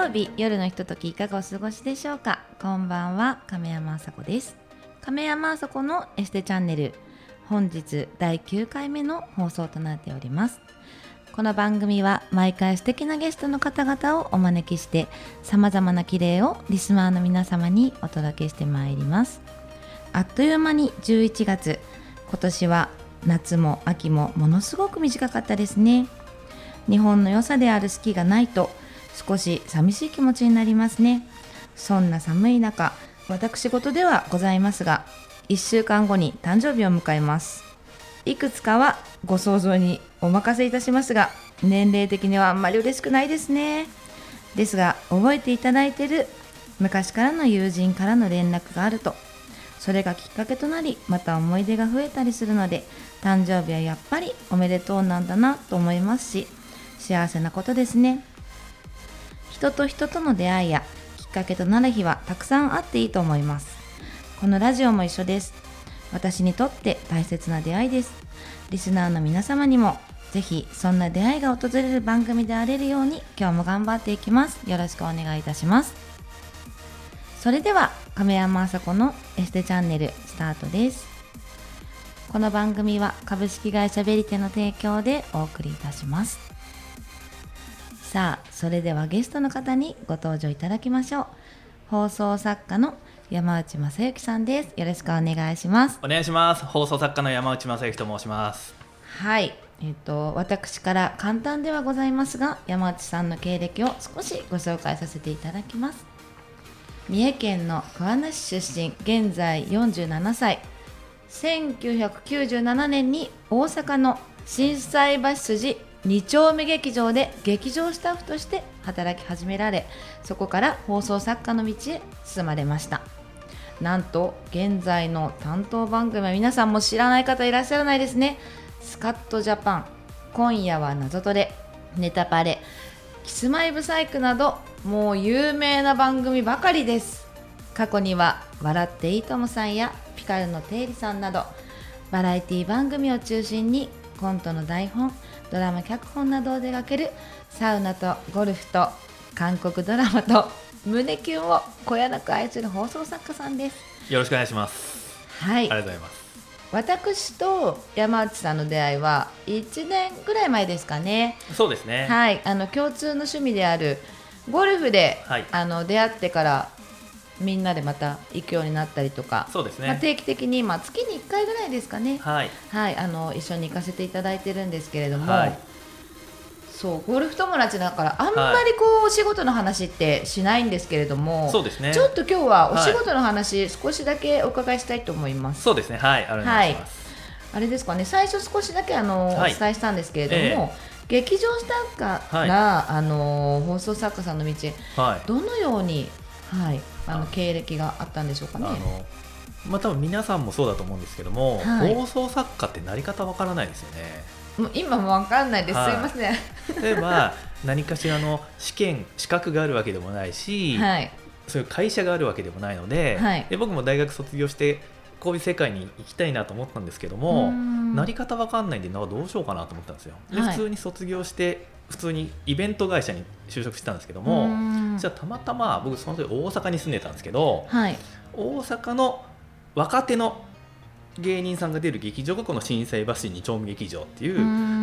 曜日夜のひとときいかがお過ごしでしょうか。こんばんは、亀山あさこです。亀山あさこのエステチャンネル、本日第9回目の放送となっております。この番組は毎回素敵なゲストの方々をお招きして様々な綺麗をリスナーの皆様にお届けしてまいります。あっという間に11月、今年は夏も秋もものすごく短かったですね。日本の良さである四季がないと少し寂しい気持ちになりますね。そんな寒い中、私事ではございますが、1週間後に誕生日を迎えます。いくつかはご想像にお任せいたしますが、年齢的にはあんまり嬉しくないですね。ですが、覚えていただいている昔からの友人からの連絡があると、それがきっかけとなり、また思い出が増えたりするので、誕生日はやっぱりおめでとうなんだなと思いますし、幸せなことですね。人と人との出会いやきっかけとなる日はたくさんあっていいと思います。このラジオも一緒です。私にとって大切な出会いです。リスナーの皆様にもぜひそんな出会いが訪れる番組であれるように今日も頑張っていきます。よろしくお願いいたします。それでは亀山あさこのエステチャンネルスタートです。この番組は株式会社ベリテの提供でお送りいたします。さあ、それではゲストの方にご登場いただきましょう。放送作家の山内正幸さんです。よろしくお願いします。 お願いします。放送作家の山内正幸と申します。 はい、私から簡単ではございますが、山内さんの経歴を少しご紹介させていただきます。三重県の桑名市出身、現在47歳。1997年に大阪の心斎橋筋2丁目劇場で劇場スタッフとして働き始められ、そこから放送作家の道へ進まれました。なんと現在の担当番組は皆さんも知らない方いらっしゃらないですね。スカットジャパン、今夜はナゾトレ、ネタパレ、キスマイブサイクなどもう有名な番組ばかりです。過去には笑っていいともさんやピカルのテイリさんなどバラエティ番組を中心にコントの台本、ドラマ脚本などを手掛けるサウナとゴルフと韓国ドラマと胸キュンをこやなく愛する放送作家さんです。 よろしくお願いします。 はい、 ありがとうございます。 私と山内さんの出会いは1年ぐらい前ですかね。 そうですね。 はい、共通の趣味であるゴルフで、 はい、 出会ってからみんなでまた行くようになったりとか、 そうですね、 定期的に、月に1回ぐらいですかね、 はいはい、一緒に行かせていただいてるんですけれども、 はい、 そうゴルフ友達だからあんまりお仕事の話ってしないんですけれども、 そうですね、 ちょっと今日はお仕事の話、少しだけお伺いしたいと思います。 そうですね、はい、お願いします。 あれですかね、最初少しだけお伝えしたんですけれども、劇場スタッフから、放送作家さんの道、どのように、経歴があったんでしょうかね。 多分皆さんもそうだと思うんですけども、放送作家ってなり方わからないですよね。 もう今もわかんないです、すいません。 例えば何かしらの資格があるわけでもないし、そういう会社があるわけでもないので、で僕も大学卒業してこういう世界に行きたいなと思ったんですけども、なり方わかんないんでどうしようかなと思ったんですよ。で普通に卒業して普通にイベント会社に就職してたんですけども、じゃあたまたま僕その時大阪に住んでたんですけど、大阪の若手の芸人さんが出る劇場がこの心斎橋2丁目劇場っていう、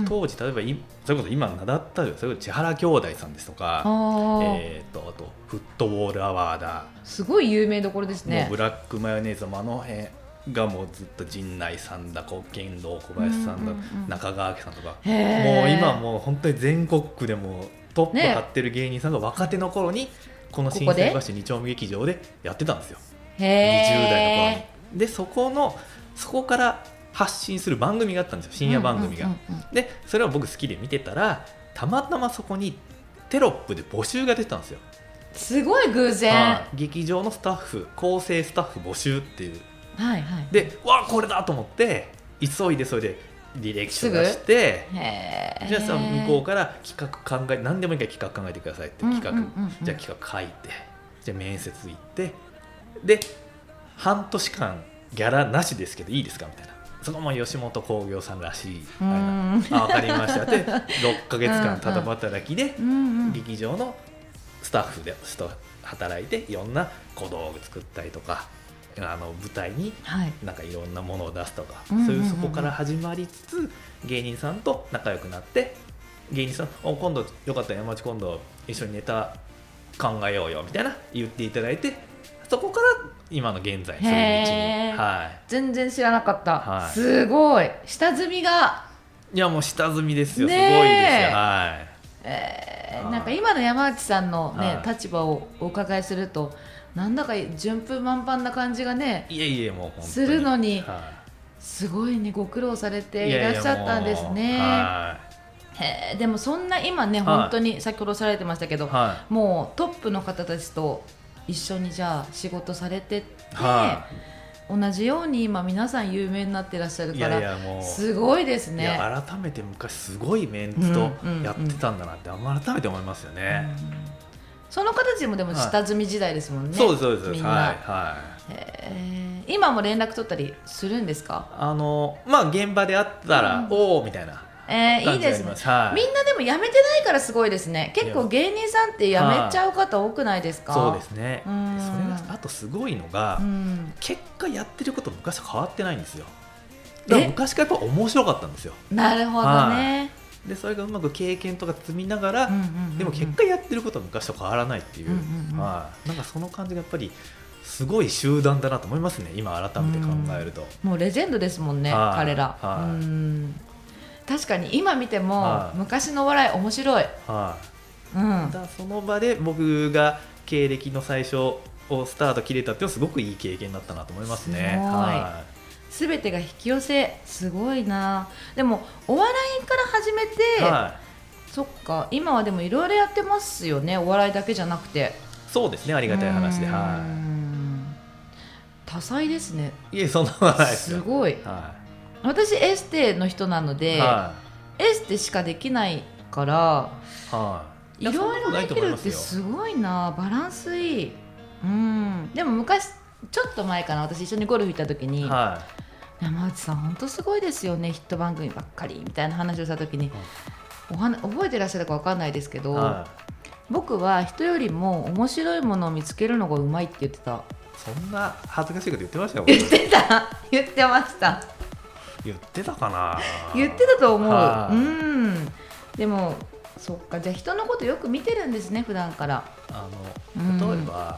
当時例えばそれこそ今名だったそれこそ千原兄弟さんですとか、あとフットボールアワーだ、すごい有名どころですね。 もうブラックマヨネーズも辺がもうずっと陣内さんだ、剣道小林さんだ、中川家さんとか、もう今もう本当に全国区でもトップ張ってる芸人さんが若手の頃にこの心斎橋2丁目劇場でやってたんですよ。20代の頃に。でそこから発信する番組があったんですよ、深夜番組が。でそれを僕好きで見てたら、たまたまそこにテロップで募集が出てたんですよ。 すごい偶然。 劇場のスタッフ、構成スタッフ募集っていう、でこれだと思って急いでそれで履歴書出して、じゃあさ向こうから企画考え、何でもいいから企画考えてくださいって、じゃあ企画書いて、じゃあ面接行って、で半年間ギャラなしですけどいいですかみたいな、そのまま吉本興業さんらしい、分かりましたで6ヶ月間ただ働きで劇場のスタッフで働いていろんな小道具作ったりとか舞台になんかいろんなものを出すとか、そういうそこから始まりつつ芸人さんと仲良くなって、芸人さん今度よかったら山内今度一緒にネタ考えようよみたいな言っていただいて、そこから今の現在そういう道に、はい、 全然知らなかった、 はい、 すごい下積みが、 いやもう下積みですよ、すごいですよ、はい、 なんか今の山内さんの、ね、 はい、 立場をお伺いするとなんだか順風満帆な感じがね、 いえいえもう本当にするのに、 はい、 すごいねご苦労されていらっしゃったんですね。 はい、 でもそんな今ね、本当に先ほどされてましたけど、 はい、 もうトップの方たちと一緒にじゃあ仕事されてって、 はい、 同じように今皆さん有名になってらっしゃるから、 いやもうすごいですね。 いや改めて昔すごいメンツとやってたんだなって改めて思いますよね、 その方たちもでも下積み時代ですもんね、 はい、そうですそうです、 みんな、 はいはい、 今も連絡取ったりするんですか？ まあ現場で会ったら、おおみたいな、 いいですね、 はい、 みんなでも辞めてないからすごいですね。結構芸人さんって辞めちゃう方多くないですか？ そうですね。それがあとすごいのが、結果やってること昔と変わってないんですよ。だから昔からやっぱ面白かったんですよ。 なるほどね、 でそれがうまく経験とか積みながら、でも結果やってることは昔と変わらないっていう、なんかその感じがやっぱりすごい集団だなと思いますね、今改めて考えると。 もうレジェンドですもんね、彼ら。確かに今見ても、昔のお笑い面白い、 だその場で僕が経歴の最初をスタート切れたっていうのはすごくいい経験だったなと思いますね。 すべてが引き寄せ、すごいな。でもお笑いから始めて、そっか、今はでもいろいろやってますよね、お笑いだけじゃなくて。 そうですね、ありがたい話で、 多彩ですね。 いえ、そんなことないですよ。 すごい、私エステの人なので、エステしかできないから、いろいろできるってすごいな、バランスいい。でも昔ちょっと前かな、私一緒にゴルフ行った時に、山内さん本当すごいですよね、ヒット番組ばっかりみたいな話をした時に、覚えてらっしゃるか分かんないですけど、僕は人よりも面白いものを見つけるのがうまいって言ってた。 そんな恥ずかしいこと言ってましたよ。 言ってました。 言ってたかな。 言ってたと思う。でもそっか、じゃあ人のことよく見てるんですね、普段から。 例えば、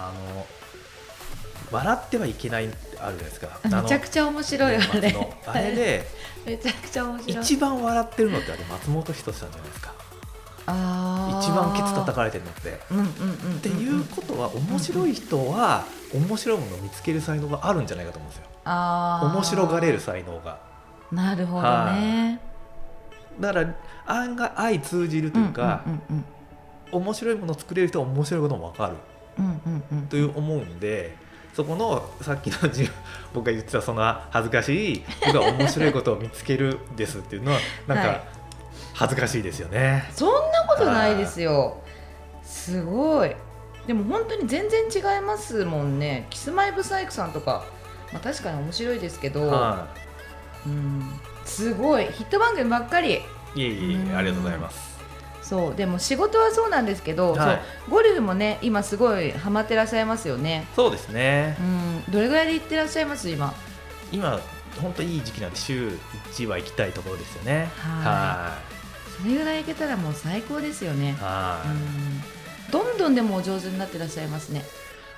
笑ってはいけないってあるじゃないですか。 めちゃくちゃ面白いあれでめちゃくちゃ面白い。 一番笑ってるのってあれ松本人志さんじゃないですか。一番ケツ叩かれてるのって。っていうことは、面白い人は面白いものを見つける才能があるんじゃないかと思うんですよ。面白がれる才能が。 なるほどね。 だから案外相通じるというか、面白いものを作れる人は面白いことも分かるという思うんで、そこのさっきの僕が言ってたその恥ずかしい僕は面白いことを見つけるですっていうのはなんか恥ずかしいですよね。 そんなことないですよ。すごい。でも本当に全然違いますもんね。キスマイブサイクさんとか、確かに面白いですけど、すごいヒット番組ばっかり。 いえ、ありがとうございます。 そう、でも仕事はそうなんですけど、ゴルフもね今すごいハマってらっしゃいますよね。 そうですね。 どれぐらいで行ってらっしゃいます今？ 今本当いい時期なんで週1は行きたいところですよね。 それぐらい行けたらもう最高ですよね。どんどんでもお上手になってらっしゃいますね。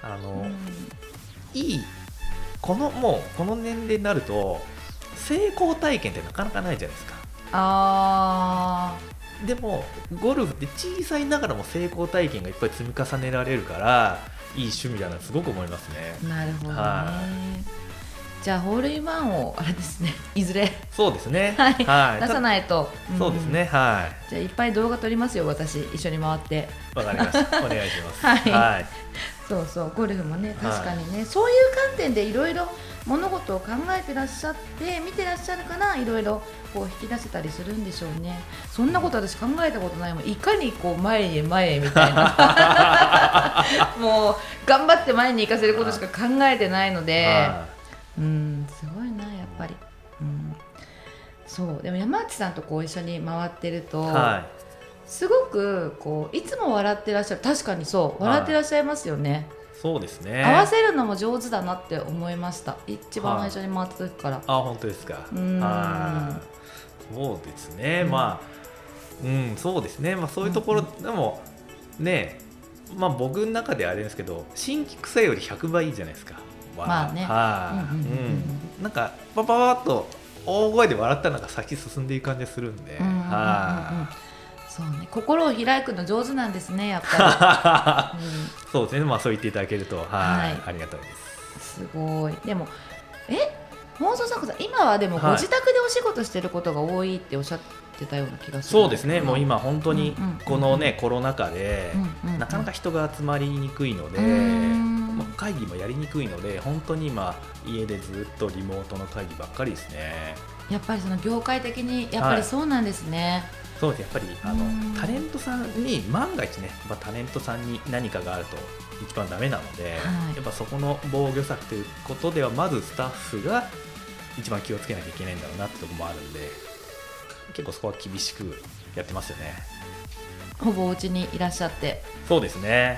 もうこの年齢になると成功体験ってなかなかないじゃないですか。でもゴルフって小さいながらも成功体験がいっぱい積み重ねられるからいい趣味だなとすごく思いますね。なるほどね。じゃあホールインワンをあれですね、いずれそうですね、 出さないと。 そうですね、じゃあいっぱい動画撮りますよ、私一緒に回って。 わかりました、お願いします。 そうそう、ゴルフもね、確かにね、そういう観点でいろいろ物事を考えてらっしゃって見てらっしゃるから、いろいろこう引き出せたりするんでしょうね。そんなこと私考えたことないもん。いかにこう前へ前へみたいなもう頑張って前に行かせることしか考えてないので、すごいなやっぱり。そうでも山内さんとこう一緒に回ってると、 すごくこういつも笑ってらっしゃる。確かにそう笑ってらっしゃいますよね。 そうですね。 合わせるのも上手だなって思いました。一番最初に回った時から。 本当ですか。そうですね。そうですね。そういうところでもね、僕の中であれですけど、新規臭より100倍いいじゃないですか。なんかパパッと大声で笑ったのが先進んでいく感じがするんで。 そうね、心を開くの上手なんですね、やっぱり。 そうですね。そう言っていただけるとありがたいです。 すごい。でも放送作家さん、今はでもご自宅でお仕事してることが多いっておっしゃってたような気がする。 そうですね。もう今本当にこのねコロナ禍でなかなか人が集まりにくいので、会議もやりにくいので、本当に今家でずっとリモートの会議ばっかりですね。 やっぱりその業界的にやっぱりそうなんですね。 そうです。やっぱりタレントさんに万が一ね、タレントさんに何かがあると一番ダメなので、やっぱそこの防御策ということではまずスタッフが一番気をつけなきゃいけないんだろうなってところもあるんで、結構そこは厳しくやってますよね。 ほぼお家にいらっしゃって。 そうですね。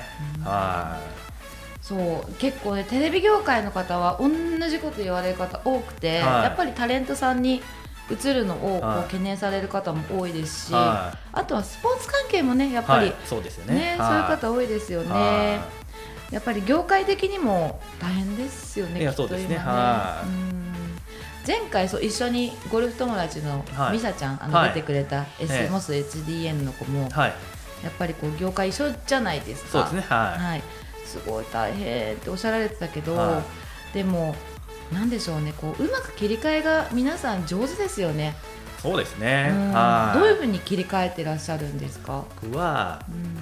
そう結構ね、テレビ業界の方は同じこと言われる方多くて、やっぱりタレントさんに映るのをこう懸念される方も多いですし、あとはスポーツ関係もね、やっぱり、 そうですよね。 そういう方多いですよね。やっぱり業界的にも大変ですよね。きっと今ね。そうですね。前回一緒にゴルフ友達のミサちゃん、出てくれた モス HDN の子も、やっぱりこう業界一緒じゃないですか。 そうですね。 すごい大変っておっしゃられてたけど、でもなんでしょうね、こううまく切り替えが皆さん上手ですよね。 そうですね。 どういうふうに切り替えてらっしゃるんですか？ 僕は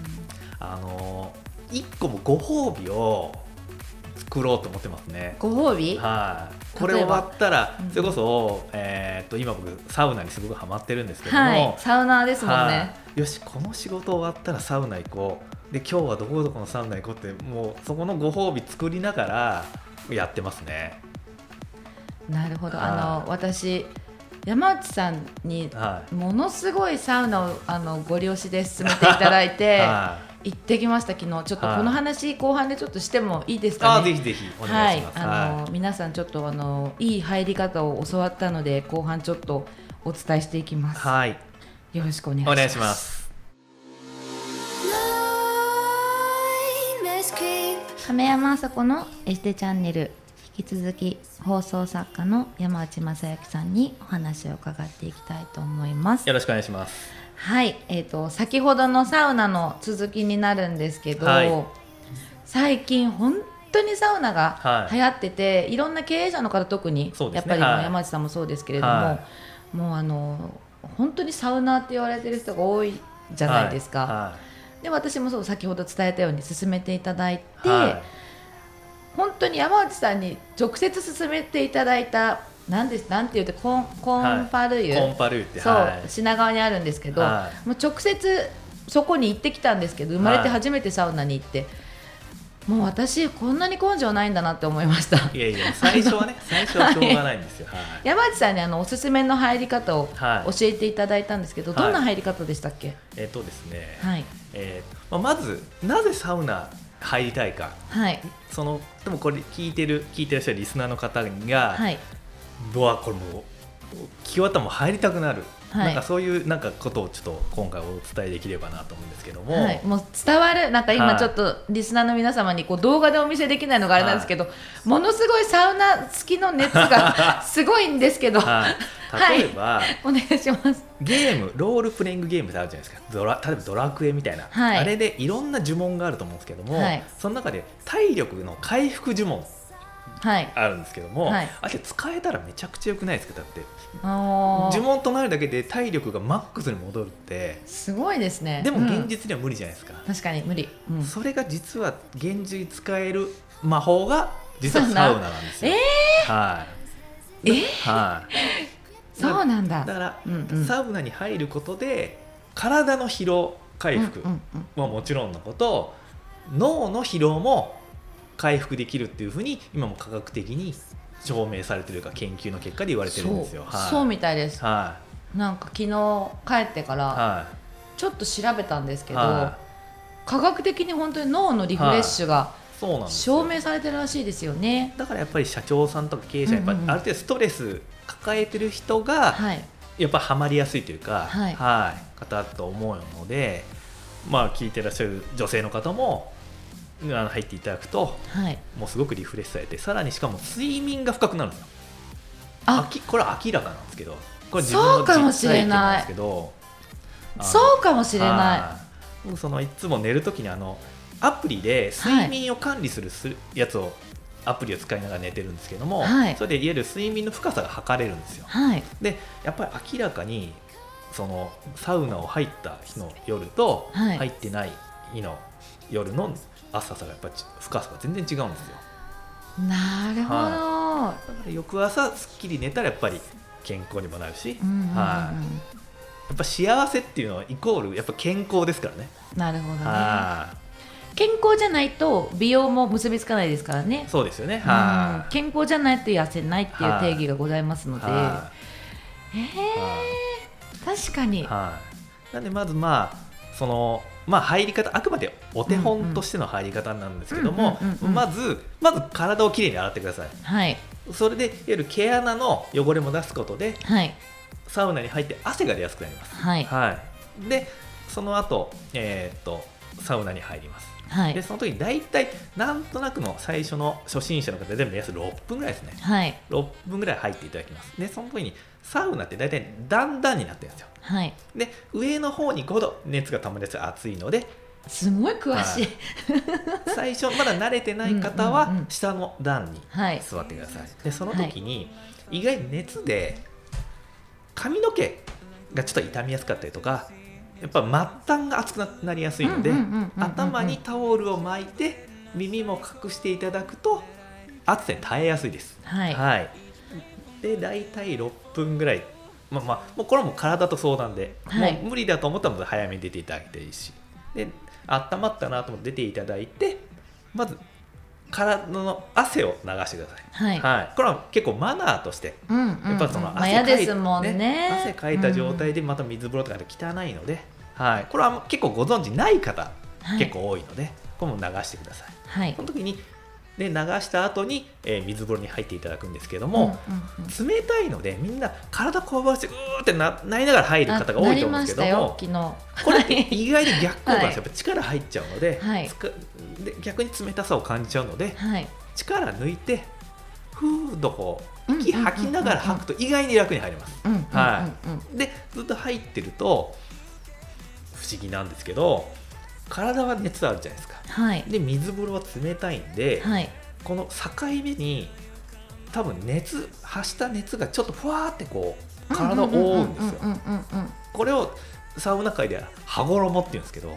1個もご褒美を作ろうと思ってますね。 ご褒美？ これ終わったら、それこそ、今僕サウナにすごくハマってるんですけども、 サウナーですもんね。 よし、この仕事終わったらサウナ行こう、で今日はどこどこのサウナ行こうって、もうそこのご褒美作りながらやってますね。なるほど。私山内さんにものすごいサウナをご利用しで進めていただいて行ってきました、昨日。ちょっとこの話後半でちょっとしてもいいですかね？ ぜひぜひお願いします。皆さんちょっといい入り方を教わったので、後半ちょっとお伝えしていきます。よろしくお願いします。亀山麻子のエステチャンネル、引き続き放送作家の山内正幸さんにお話を伺っていきたいと思います。 よろしくお願いします。 先ほどのサウナの続きになるんですけど、最近本当にサウナが流行ってて、いろんな経営者の方、特にやっぱり山内さんもそうですけれども、もう本当にサウナーって言われてる人が多いじゃないですか。で私も先ほど伝えたように進めていただいて、本当に山内さんに直接進めていただいた、なんて言うとコンパル湯、品川にあるんですけど、もう直接そこに行ってきたんですけど、生まれて初めてサウナに行って、もう私こんなに根性ないんだなって思いました。 いや最初はね最初はしょうがないんですよ。 山内さんにおすすめの入り方を教えていただいたんですけど、どんな入り方でしたっけ？ ですね、まずなぜサウナ入りたいか、でもこれ聞いてらっしゃるリスナーの方が、これもう聞き終わったらもう入りたくなる、なんかそういうことをちょっと今回お伝えできればなと思うんですけども、 もう伝わる、今ちょっとリスナーの皆様に動画でお見せできないのがあれなんですけど、ものすごいサウナ好きの熱がすごいんですけど、 例えば、 お願いします。 ゲーム、ロールプレイングゲームってあるじゃないですか。例えばドラクエみたいな、あれでいろんな呪文があると思うんですけども、その中で体力の回復呪文あるんですけども、あれ使えたらめちゃくちゃ良くないですか？だって呪文唱えるだけで体力がマックスに戻るってすごいですね。 でも現実には無理じゃないですか。 確かに無理、 それが実は現実に使える魔法が実はサウナなんですよ。 そうなんだ。 だから、サウナに入ることで体の疲労回復はもちろんのこと、脳の疲労も回復できるっていうふうに今も科学的に証明されてるか研究の結果で言われてるんですよ。 そうみたいです。なんか昨日帰ってから、 ちょっと調べたんですけど、科学的に本当に脳のリフレッシュが証明されてるらしいですよね。 だからやっぱり社長さんとか経営者、やっぱりある程度ストレス抱えてる人がやっぱハマりやすいというか、方だと思うので、聞いてらっしゃる女性の方も入っていただくと、もうすごくリフレッシュされて、さらにしかも睡眠が深くなるんですよ。これは明らかなんですけど、これ自分の実体験なんですけど、 そうかもしれない。 僕いつも寝るときにアプリで睡眠を管理するやつをアプリを使いながら寝てるんですけども、それでいわゆる睡眠の深さが測れるんですよ。でやっぱり明らかにサウナを入った日の夜と入ってない日の夜の浅さがやっぱり深さが全然違うんですよ。 なるほど、 だから翌朝すっきり寝たらやっぱり健康にもなるし、やっぱ幸せっていうのはイコールやっぱ健康ですからね。 なるほどね。健康じゃないと美容も結びつかないですからね。 そうですよね。 健康じゃないと痩せないっていう定義がございますので、確かに。 なんでまず入り方、あくまでお手本としての入り方なんですけども、まず体をきれいに洗ってください。それでいわゆる毛穴の汚れも出すことで、サウナに入って汗が出やすくなります。でその後、サウナに入ります。でその時に大体なんとなくの最初の初心者の方で目安6分ぐらいですね。6分ぐらい入っていただきます。でその時にサウナって大体段々になってるんですよ。で上の方に5度熱が溜まりやすい暑いので、 すごい詳しい。 最初まだ慣れてない方は下の段に座ってください。でその時に意外に熱で髪の毛がちょっと傷みやすかったりとか、やっぱ末端が熱くなりやすいので、頭にタオルを巻いて耳も隠していただくと暑さに耐えやすいです。で大体6分ぐらい、もうこれはもう体と相談で、もう無理だと思ったら早めに出ていただいていいし、で温まったなと思って出ていただいて、まず体の汗を流してください。これは結構マナーとして、やっぱ汗かいた状態でまた水風呂とかで汚いので、これは結構ご存知ない方、結構多いので、これも流してください。その時に流した後に、水風呂に入っていただくんですけども、冷たいのでみんな体こわばしてうーってなりながら入る方が多いと思うんですけども、これって意外に逆効果なんですよ。やっぱ力入っちゃうので、で逆に冷たさを感じちゃうので、力抜いてふーっとこう息吐きながら吐くと意外に楽に入ります。でずっと入ってると不思議なんですけど、体は熱あるじゃないですか。で水風呂は冷たいんで、この境目に多分発した熱がちょっとふわーってこう体を覆うんですよ。これをサウナ界では羽衣って言うんですけど、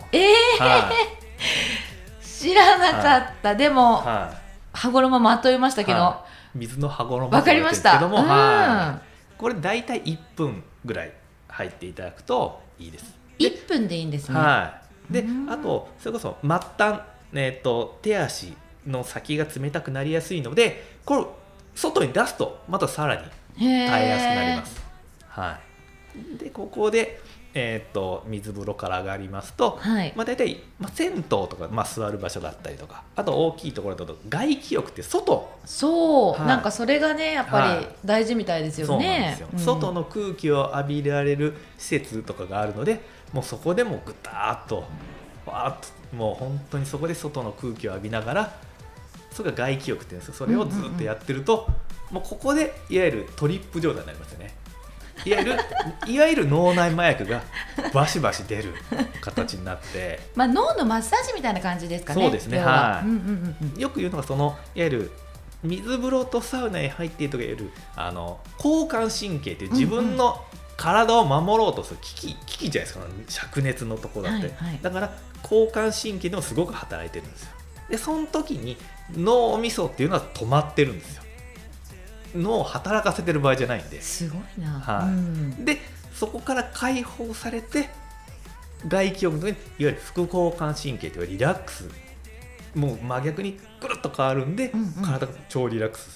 知らなかった。でも、羽衣まといましたけど、 水の羽衣って言うんですけども、これ大体1分ぐらい入っていただくといいです。 1分でいいんですね。 であとそれこそ末端、手足の先が冷たくなりやすいので、これ外に出すとまたさらに耐えやすくなります。でここで、水風呂から上がりますと、大体、銭湯とか、座る場所だったりとか、あと大きいところだと外気浴って外、 なんかそれがねやっぱり大事みたいですよね。 外の空気を浴びられる施設とかがあるので、もうそこでもぐたーっともう本当にそこで外の空気を浴びながら、それが外気浴って言うんですよ。それをずっとやってると、もうここでいわゆるトリップ状態になりますよね。いわゆる脳内麻薬がバシバシ出る形になって脳のマッサージみたいな感じですかね。 そうですね。よく言うのがいわゆる水風呂とサウナに入っているとかいわゆる交感神経っていう自分の体を守ろうとする危機じゃないですか、灼熱のところだって、だから交感神経でもすごく働いてるんですよ。でその時に脳みそっていうのは止まってるんですよ。脳を働かせてる場合じゃないんで、 すごいな。 でそこから解放されて外気浴の時にいわゆる副交感神経というリラックス、もう真逆にぐるっと変わるんで、体が超リラックスするんですよ。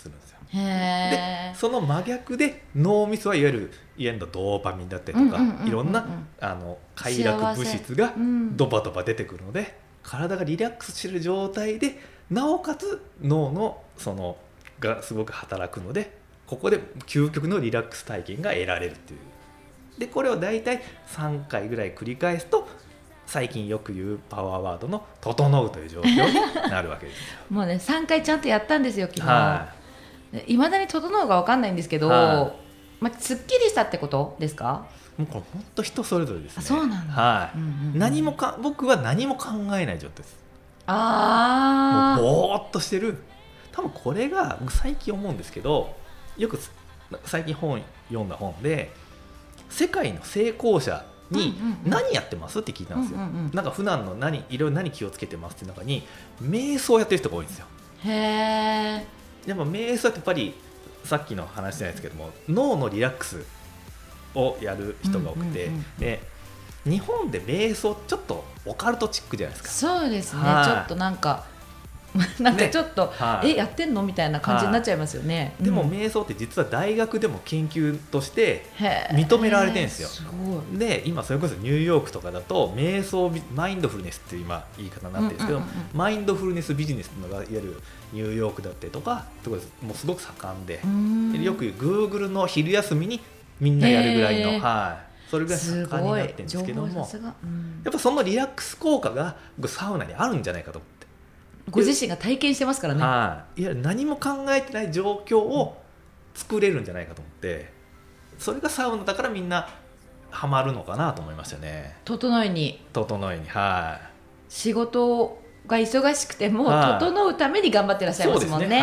へでその真逆で脳みそはいわゆるドーパミンだったりとか、いろんな快楽物質がドバドバ出てくるので、体がリラックスしている状態でなおかつ脳のがすごく働くので、ここで究極のリラックス体験が得られるっていう。でこれをだいたい3回ぐらい繰り返すと最近よく言うパワーワードの「整う」という状況になるわけですよもうね3回ちゃんとやったんですよ昨日。いまだに整うが分かんないんですけど、すっきりしたってことですか？ もうこれ本当人それぞれですね。 そうなんだ。 僕は何も考えない状態です。 もうぼーっとしてる。多分これが僕最近思うんですけど、よく最近読んだ本で世界の成功者に何やってますって聞いたんですよ。なんか普段のいろいろ何気をつけてますって中に瞑想やってる人が多いんですよ。 へー。 でも瞑想ってやっぱりさっきの話じゃないですけども、脳のリラックスをやる人が多くて、で日本で瞑想ちょっとオカルトチックじゃないですか。 そうですね、ちょっとなんかちょっと、やってんのみたいな感じになっちゃいますよね。 でも瞑想って実は大学でも研究として認められてるんですよ。で今それこそニューヨークとかだと瞑想マインドフルネスっていう今言い方になってるんですけど、マインドフルネスビジネスっていうのがいわゆるニューヨークだったりとかもうすごく盛んで、よく Google の昼休みにみんなやるぐらいの、それぐらい盛んになってるんですけども、やっぱそのリラックス効果がサウナにあるんじゃないかと思って。 ご自身が体験してますからね。 いや何も考えてない状況を作れるんじゃないかと思って、それがサウナだからみんなハマるのかなと思いましたね。 整いに、仕事が忙しくても整うために頑張ってらっしゃいますもんね。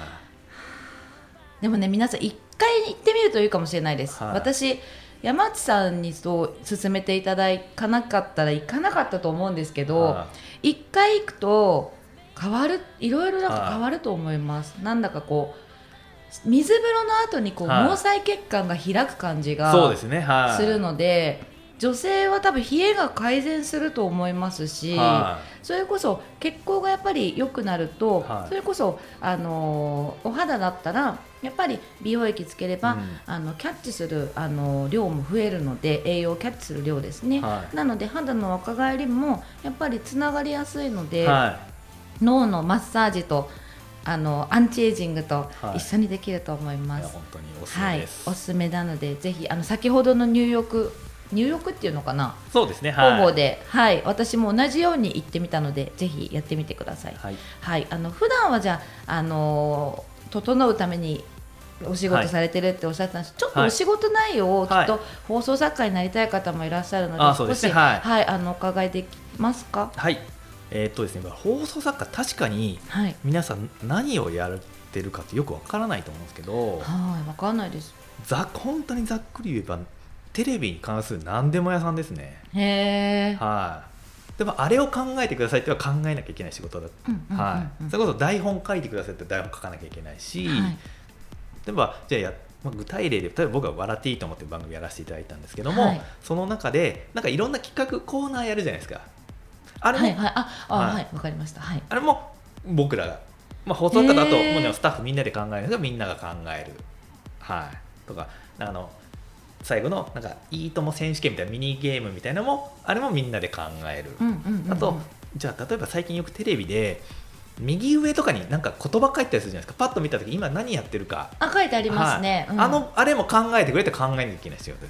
でもね、皆さん一回行ってみるといいかもしれないです。私山内さんにそう勧めていただかなかったら行かなかったと思うんですけど、一回行くと変わる、いろいろなんか変わると思います。なんだかこう水風呂の後に毛細血管が開く感じがするので、女性は多分冷えが改善すると思いますし、それこそ血行がやっぱり良くなると、それこそお肌だったらやっぱり美容液つければ、キャッチする量も増えるので、栄養をキャッチする量ですね、なので肌の若返りもやっぱりつながりやすいので、脳のマッサージとアンチエイジングと一緒にできると思います。 本当におすすめです。 おすすめなのでぜひ先ほどの入浴っていうのかな、 そうですね、 方法で、私も同じように行ってみたのでぜひやってみてください。普段はじゃあ、整うためにお仕事されてるっておっしゃってたんです、ちょっとお仕事内容をきっと放送作家になりたい方もいらっしゃるので、少しお伺いできますか？ ですね、放送作家確かに皆さん何をやってるかってよくわからないと思うんですけど、 わかんないです。 本当にざっくり言えばテレビに関する何でも屋さんですね。 へー。でもあれを考えてくださいっては考えなきゃいけない仕事だ。それこそ台本書いてくださいって台本書かなきゃいけないし、例えばじゃあ具体例で、例えば僕は笑っていいと思って番組やらせていただいたんですけども、その中でなんかいろんな企画コーナーやるじゃないですか。あれもわかりました。 あれも僕らが、放送作家だともうスタッフみんなで考えるのがみんなが考える、とか最後のなんかいいとも選手権みたいなミニゲームみたいなのもあれもみんなで考える。あとじゃあ例えば最近よくテレビで右上とかになんか言葉書いてたりするじゃないですか。パッと見た時今何やってるか書いてありますね。 あれも考えてくれて考えなきゃいけない仕事です。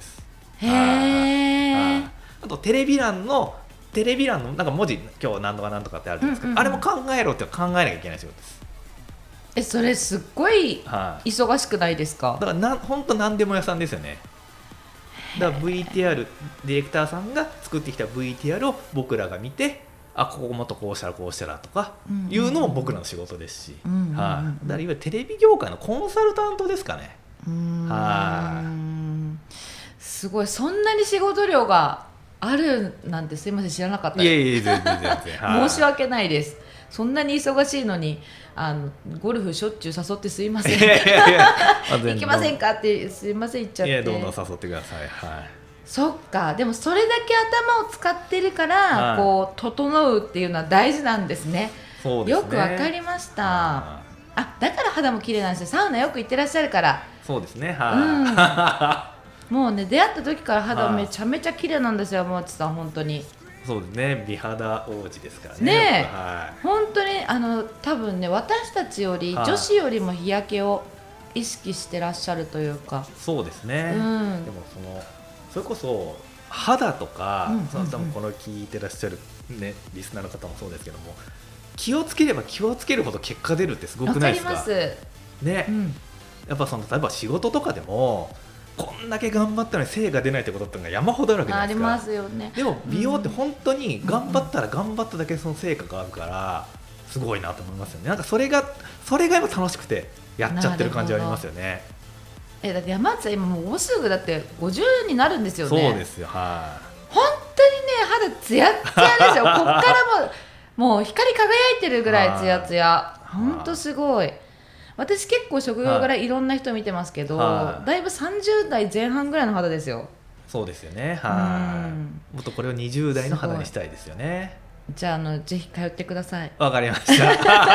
あとテレビ欄のなんか文字今日何とか何とかってあるじゃないですか。あれも考えろって考えなきゃいけない仕事です。 それすっごい忙しくないですか？ だから本当何でも屋さんですよね。だから VTR ディレクターさんが作ってきた VTR を僕らが見て、ここもっとこうしたらとかいうのも僕らの仕事ですし、だからいわゆるテレビ業界のコンサルタントですかね。 すごい、そんなに仕事量があるなんてすいません、知らなかったです。 全然申し訳ないです。そんなに忙しいのにゴルフしょっちゅう誘ってすいません行きませんかってすいません言っちゃって。 どんどん誘ってください。 そっか。でもそれだけ頭を使ってるから、こう整うっていうのは大事なんですね。よくわかりました。 だから肌も綺麗なんですよ。サウナよく行ってらっしゃるから。 そうですね、はい、 もうね、出会った時から肌めちゃめちゃ綺麗なんですよ、山内さん。本当にそうですね、美肌王子ですからね。 ねえ、はい、本当に多分ね、私たちより、女子よりも日焼けを意識してらっしゃるというか。 そうですね、でもそれこそ肌とか、多分この聞いてらっしゃる、ね、リスナーの方もそうですけども、気をつければ気をつけるほど結果出るってすごくないですか。わかりますね、やっぱ例えば仕事とかでもこんだけ頑張ったのに成果出ないってことってのが山ほどあるわけじゃないですか。ありますよね。でも美容って本当に頑張ったら頑張っただけその成果があるからすごいなと思いますよね。なんかそれが今楽しくてやっちゃってる感じありますよね。だって山内さん今もうすぐだって50になるんですよね。 そうですよ、はい、 本当にね、肌ツヤツヤですよこっからもう光り輝いてるぐらいツヤツヤ。本当すごい。私結構職業柄いろんな人見てますけど、だいぶ30代前半ぐらいの肌ですよ。 そうですよね、はい、もっとこれを20代の肌にしたいですよね。 じゃあぜひ通ってください。 わかりました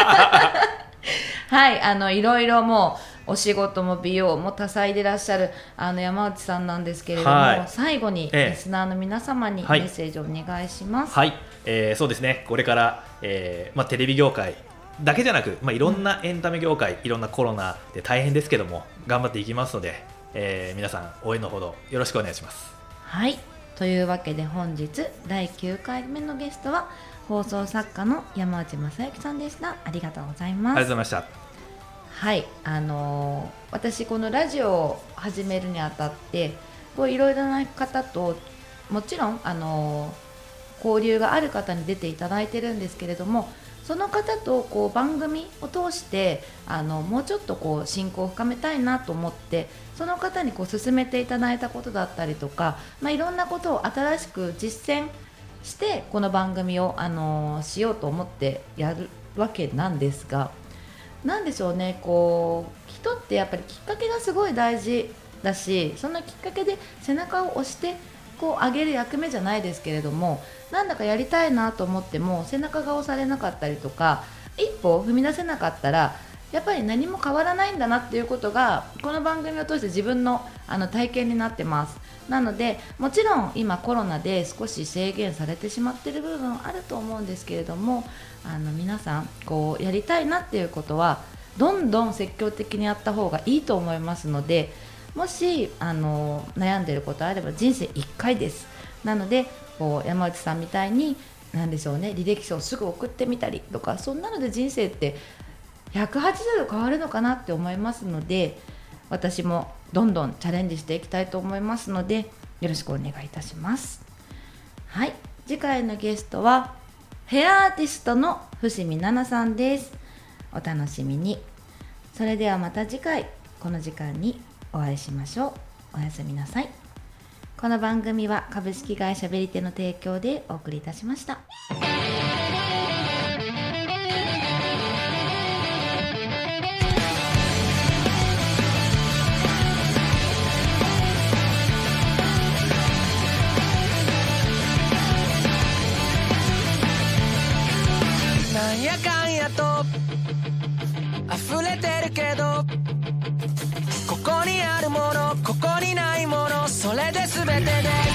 はい、いろいろもうお仕事も美容も多彩でいらっしゃる山内さんなんですけれども、最後にリスナーの皆様にメッセージをお願いします。 はい、そうですね、これから、テレビ業界だけじゃなく、いろんなエンタメ業界、いろんなコロナで大変ですけども頑張っていきますので、皆さん応援のほどよろしくお願いします。 はい、というわけで本日第9回目のゲストは放送作家の山内正幸さんでした。ありがとうございます。 ありがとうございました。 はい、私このラジオを始めるにあたっていろいろな方ともちろん交流がある方に出ていただいてるんですけれども、その方と番組を通してもうちょっと親交を深めたいなと思って、その方に勧めていただいたことだったりとか、いろんなことを新しく実践してこの番組をしようと思ってやるわけなんですが、なんでしょうね、人ってやっぱりきっかけがすごい大事だし、そのきっかけで背中を押して上げる役目じゃないですけれども、なんだかやりたいなと思っても背中が押されなかったりとか、一歩踏み出せなかったらやっぱり何も変わらないんだなっていうことがこの番組を通して自分の体験になってます。なのでもちろん今コロナで少し制限されてしまっている部分あると思うんですけれども、皆さんやりたいなっていうことはどんどん積極的にやった方がいいと思いますので、もし悩んでいることあれば人生1回です。なので山内さんみたいに何でしょうね、履歴書をすぐ送ってみたりとか、そんなので人生って180度変わるのかなって思いますので、私もどんどんチャレンジしていきたいと思いますのでよろしくお願いいたします。はい、次回のゲストはヘアアーティストの伏見奈々さんです。お楽しみに。それではまた次回この時間にお会いしましょう。おやすみなさい。この番組は株式会社ベリテの提供でお送りいたしました。 なんやかんやと溢れてるけど、ここにあるものここにないもの、それで全てで